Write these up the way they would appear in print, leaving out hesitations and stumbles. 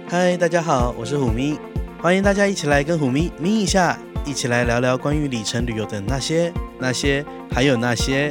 嗨，大家好，我是虎咪，欢迎大家一起来跟虎咪咪一下，一起来聊聊关于里程旅游的那些、还有那些。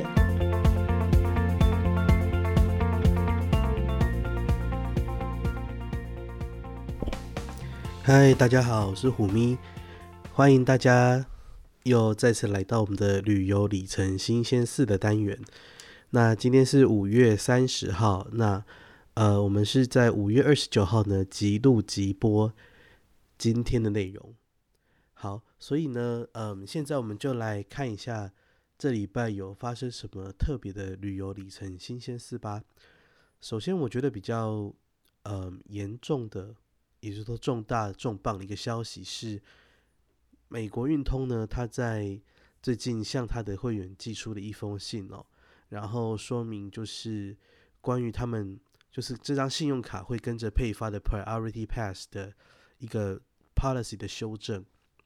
嗨，大家好，我是虎咪，欢迎大家又再次来到我们的旅游里程新鲜事的单元。那今天是5月30号，我们是在5月29号呢即录即播今天的内容。好，所以呢，现在我们就来看一下这礼拜有发生什么特别的旅游里程新鲜事吧。首先，我觉得比较严重的，也就是说重大重磅的一个消息是，美国运通呢，它在最近向它的会员寄出了一封信哦，然后说明就是关于他们就是这张信用卡会跟着配发的 Priority Pass 的一个 policy 的修正。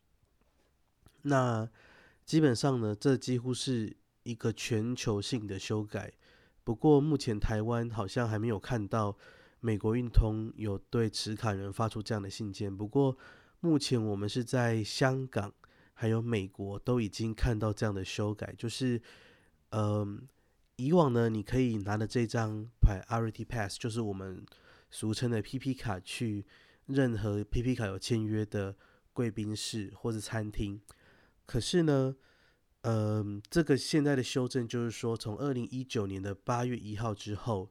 那基本上呢，这几乎是一个全球性的修改。不过目前台湾好像还没有看到美国运通有对持卡人发出这样的信件。不过目前我们是在香港还有美国都已经看到这样的修改，就是以往呢，你可以拿着这张 Priority Pass， 就是我们俗称的 PP 卡，去任何 PP 卡有签约的贵宾室或是餐厅。可是呢，这个现在的修正就是说，从2019年的8月1号之后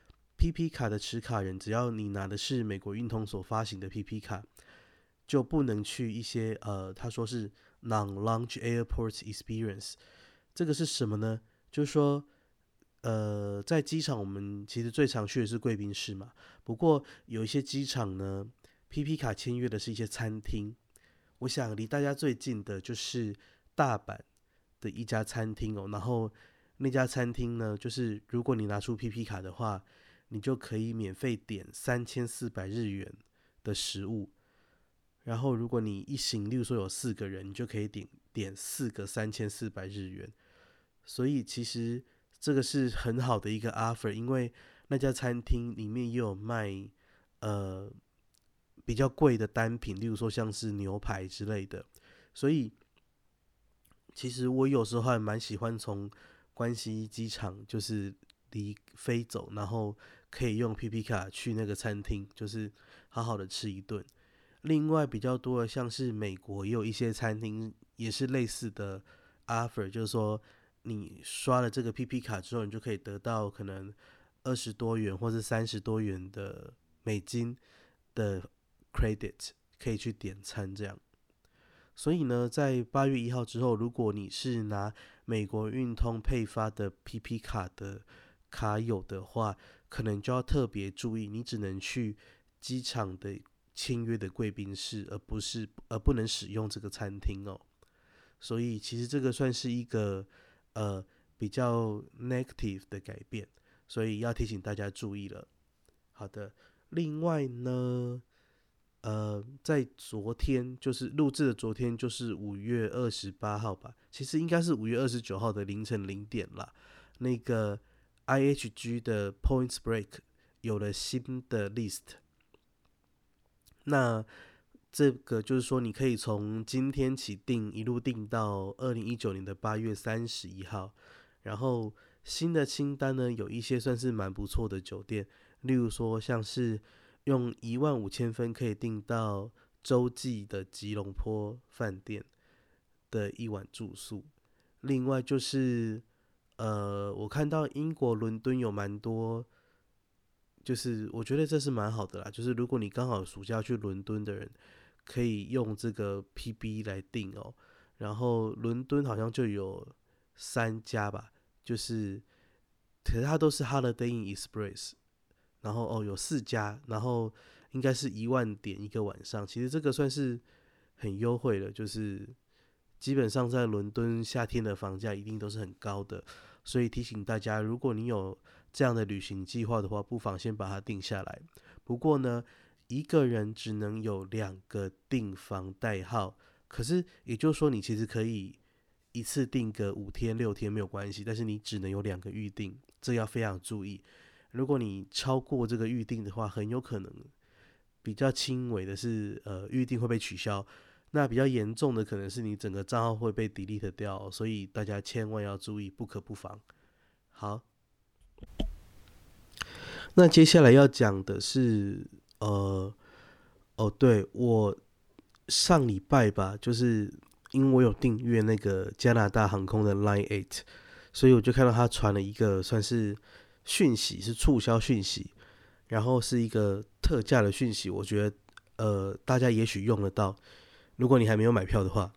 ，PP 卡的持卡人，只要你拿的是美国运通所发行的 PP 卡，就不能去一些他说是 non-launch airport experience。这个是什么呢？就是说，在机场我们其实最常去的是贵宾室嘛，不过有一些机场呢，PP 卡签约的是一些餐厅。我想离大家最近的就是大阪的一家餐厅哦，然后那家餐厅呢，就是如果你拿出 PP 卡的话，你就可以免费点3400日元的食物，然后如果你一行，例如说有4个人，你就可以点4个3400日元。所以其实这个是很好的一个 offer， 因为那家餐厅里面也有卖呃比较贵的单品，例如说像是牛排之类的。所以其实我有时候还蛮喜欢从关西机场就是飞走，然后可以用 PP 卡去那个餐厅，就是好好的吃一顿。另外比较多的像是美国也有一些餐厅也是类似的 offer， 就是说你刷了这个 PP 卡之后，你就可以得到可能20多元或是30多元的美金的 credit， 可以去点餐这样。所以呢，在8月1号之后，如果你是拿美国运通配发的 PP 卡的卡友的话，可能就要特别注意，你只能去机场的签约的贵宾室，而不能使用这个餐厅哦。所以其实这个算是一个呃比较 negative 的改变，所以要提醒大家注意了。好的，另外呢，在昨天就是录制的昨天，就是5月28号吧，其实应该是5月29号的凌晨0点啦。那个 IHG 的 Points Break 有了新的 list， 那这个就是说，你可以从今天起订，一路订到2019年的8月31号。然后新的清单呢，有一些算是蛮不错的酒店，例如说像是用15000分可以订到洲际的吉隆坡饭店的一晚住宿。另外就是我看到英国伦敦有蛮多，就是我觉得这是蛮好的啦，就是如果你刚好暑假去伦敦的人，可以用这个 PB 来订哦。然后伦敦好像就有3家吧，就是可是它都是 Holiday Inn Express，然后有4家，然后应该是10000点一个晚上，其实这个算是很优惠了，就是基本上在伦敦夏天的房价一定都是很高的，所以提醒大家，如果你有这样的旅行计划的话，不妨先把它定下来。不过呢，一个人只能有2个订房代号，可是也就是说，你其实可以一次订个5天6天没有关系，但是你只能有2个预定，这要非常注意。如果你超过这个预定的话，很有可能比较轻微的是预定会被取消，那比较严重的可能是你整个账号会被 delete 掉，所以大家千万要注意，不可不防。好，那接下来要讲的是对，我上礼拜吧，就是因为我有订阅那个加拿大航空的 Line 8，所以我就看到他传了一个算是讯息，是促销讯息，然后是一个特价的讯息，我觉得大家也许用得到，如果你还没有买票的话。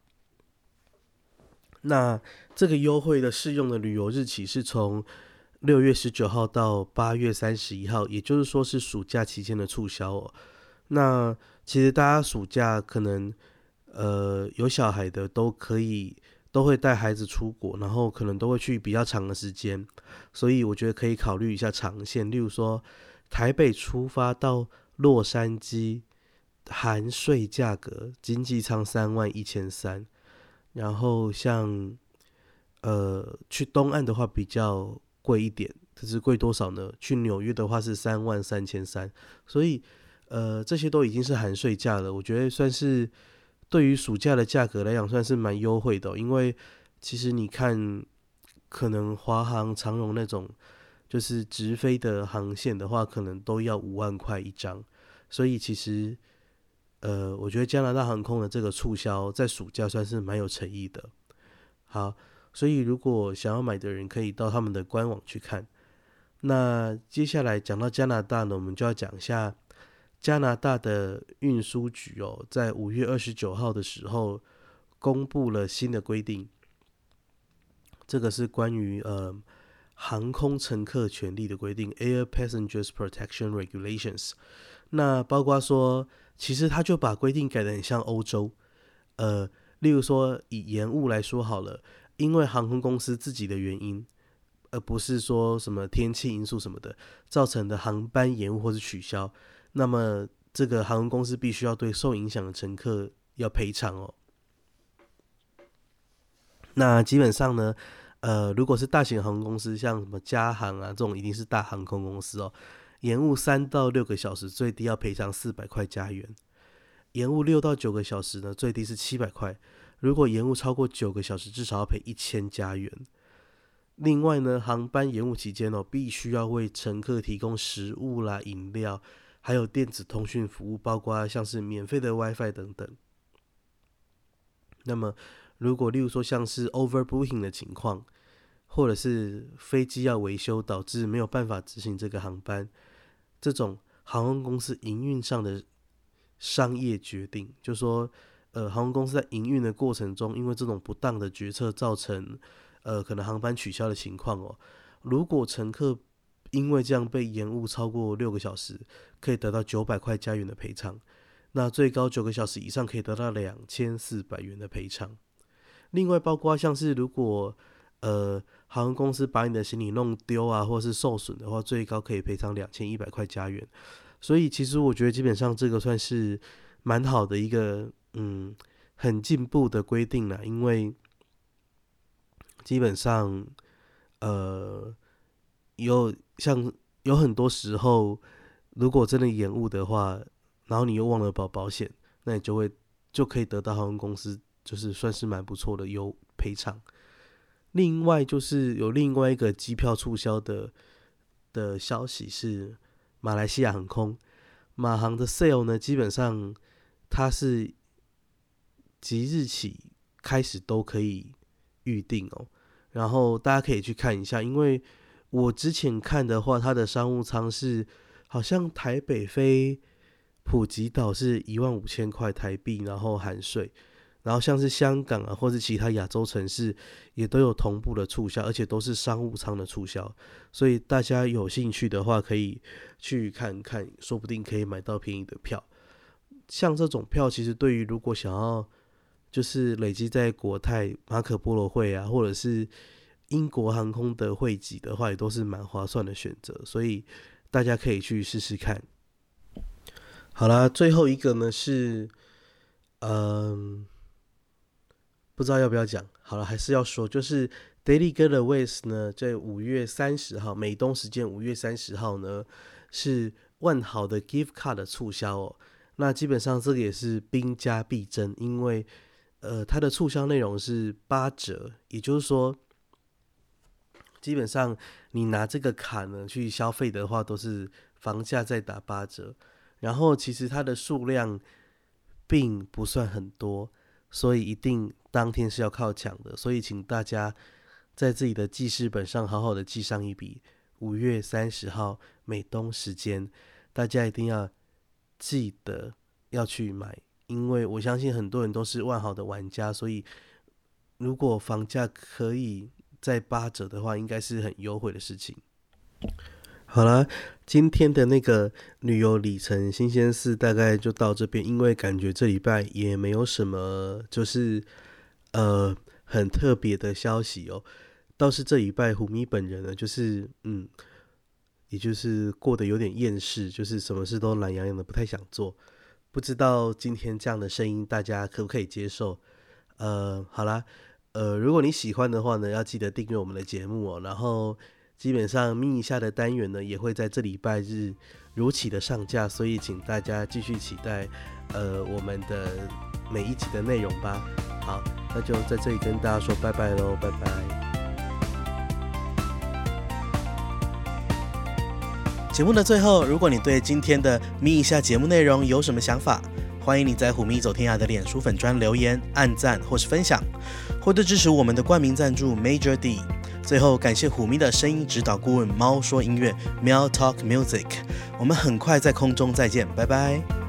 那这个优惠的适用的旅游日期是从6月19号到8月31号，也就是说是暑假期间的促销哦。那其实大家暑假可能有小孩的都会带孩子出国，然后可能都会去比较长的时间，所以我觉得可以考虑一下长线，例如说台北出发到洛杉矶，含税价格经济舱31300，然后像去东岸的话比较贵一点，这是贵多少呢？去纽约的话是33300，所以这些都已经是含税价了，我觉得算是对于暑假的价格来讲算是蛮优惠的哦，因为其实你看，可能华航、长荣那种就是直飞的航线的话，可能都要5万块一张，所以其实我觉得加拿大航空的这个促销在暑假算是蛮有诚意的。好，所以如果想要买的人可以到他们的官网去看。那接下来讲到加拿大呢，我们就要讲一下加拿大的运输局哦，在5月29号的时候公布了新的规定，这个是关于航空乘客权利的规定 （Air Passengers Protection Regulations）。那包括说，其实他就把规定改得很像欧洲，例如说以延误来说好了，因为航空公司自己的原因，而不是说什么天气因素什么的造成的航班延误或是取消，那么这个航空公司必须要对受影响的乘客要赔偿哦。那基本上呢，如果是大型航空公司，像什么加航啊这种，一定是大航空公司哦。延误3到6个小时，最低要赔偿400块加元；延误6到9个小时呢，最低是700块。如果延误超过9个小时，至少要赔1000加元。另外呢，航班延误期间哦，必须要为乘客提供食物啦、饮料，还有电子通讯服务，包括像是免费的 WiFi 等等。那么，如果例如说像是 overbooking 的情况，或者是飞机要维修导致没有办法执行这个航班，这种航空公司营运上的商业决定，就说航空公司在营运的过程中，因为这种不当的决策造成可能航班取消的情况哦，如果乘客因为这样被延误超过6个小时，可以得到900块加元的赔偿。那最高9个小时以上可以得到2400元的赔偿。另外，包括像是如果航空公司把你的行李弄丢啊，或是受损的话，最高可以赔偿2100块加元。所以其实我觉得基本上这个算是蛮好的一个很进步的规定啦，因为基本上呃有很多时候，如果真的延误的话，然后你又忘了保险，那你就可以得到航空公司就是算是蛮不错的赔偿。另外就是有另外一个机票促销的消息是马来西亚航空马航的 sale 呢，基本上它是即日起开始都可以预定哦，然后大家可以去看一下，因为我之前看的话，它的商务舱是好像台北飞普吉岛是15000块台币，然后含税。然后像是香港啊，或是其他亚洲城市，也都有同步的促销，而且都是商务舱的促销。所以大家有兴趣的话，可以去看看，说不定可以买到便宜的票。像这种票，其实对于如果想要就是累积在国泰马可波罗会啊，或者是英国航空的会籍的话，也都是蛮划算的选择。所以大家可以去试试看。好啦，最后一个呢是，不知道要不要讲，好了，还是要说，就是 Daily Getaways 呢，在5月30号，美东时间5月30号呢，是万豪的 Gift Card 的促销哦。 那基本上这个也是兵家必争，因为它的促销内容是8折，也就是说，基本上你拿这个卡呢去消费的话，都是房价再打8折。然后其实它的数量并不算很多，所以一定当天是要靠抢的。所以请大家在自己的记事本上好好的记上一笔，5月30号美东时间，大家一定要记得要去买，因为我相信很多人都是万豪的玩家，所以如果房价可以在8折的话，应该是很优惠的事情。好啦，今天的那个旅游里程新鲜事大概就到这边，因为感觉这礼拜也没有什么就是很特别的消息哦。倒是这礼拜虎咪本人呢，就是也就是过得有点厌世，就是什么事都懒洋洋的，不太想做。不知道今天这样的声音大家可不可以接受？好啦，如果你喜欢的话呢，要记得订阅我们的节目哦。然后基本上咪一下的单元呢，也会在这礼拜日如期的上架，所以请大家继续期待我们的每一集的内容吧。好，那就在这里跟大家说拜拜咯，拜拜。 节目的最后，如果你对今天的咪一下节目内容有什么想法，欢迎你在虎咪走天涯的脸书粉专留言、按赞或是分享，或者支持我们的冠名赞助 Major D。最后感谢虎咪的声音指导顾问猫说音乐 Meow Talk Music。我们很快在空中再见，拜拜。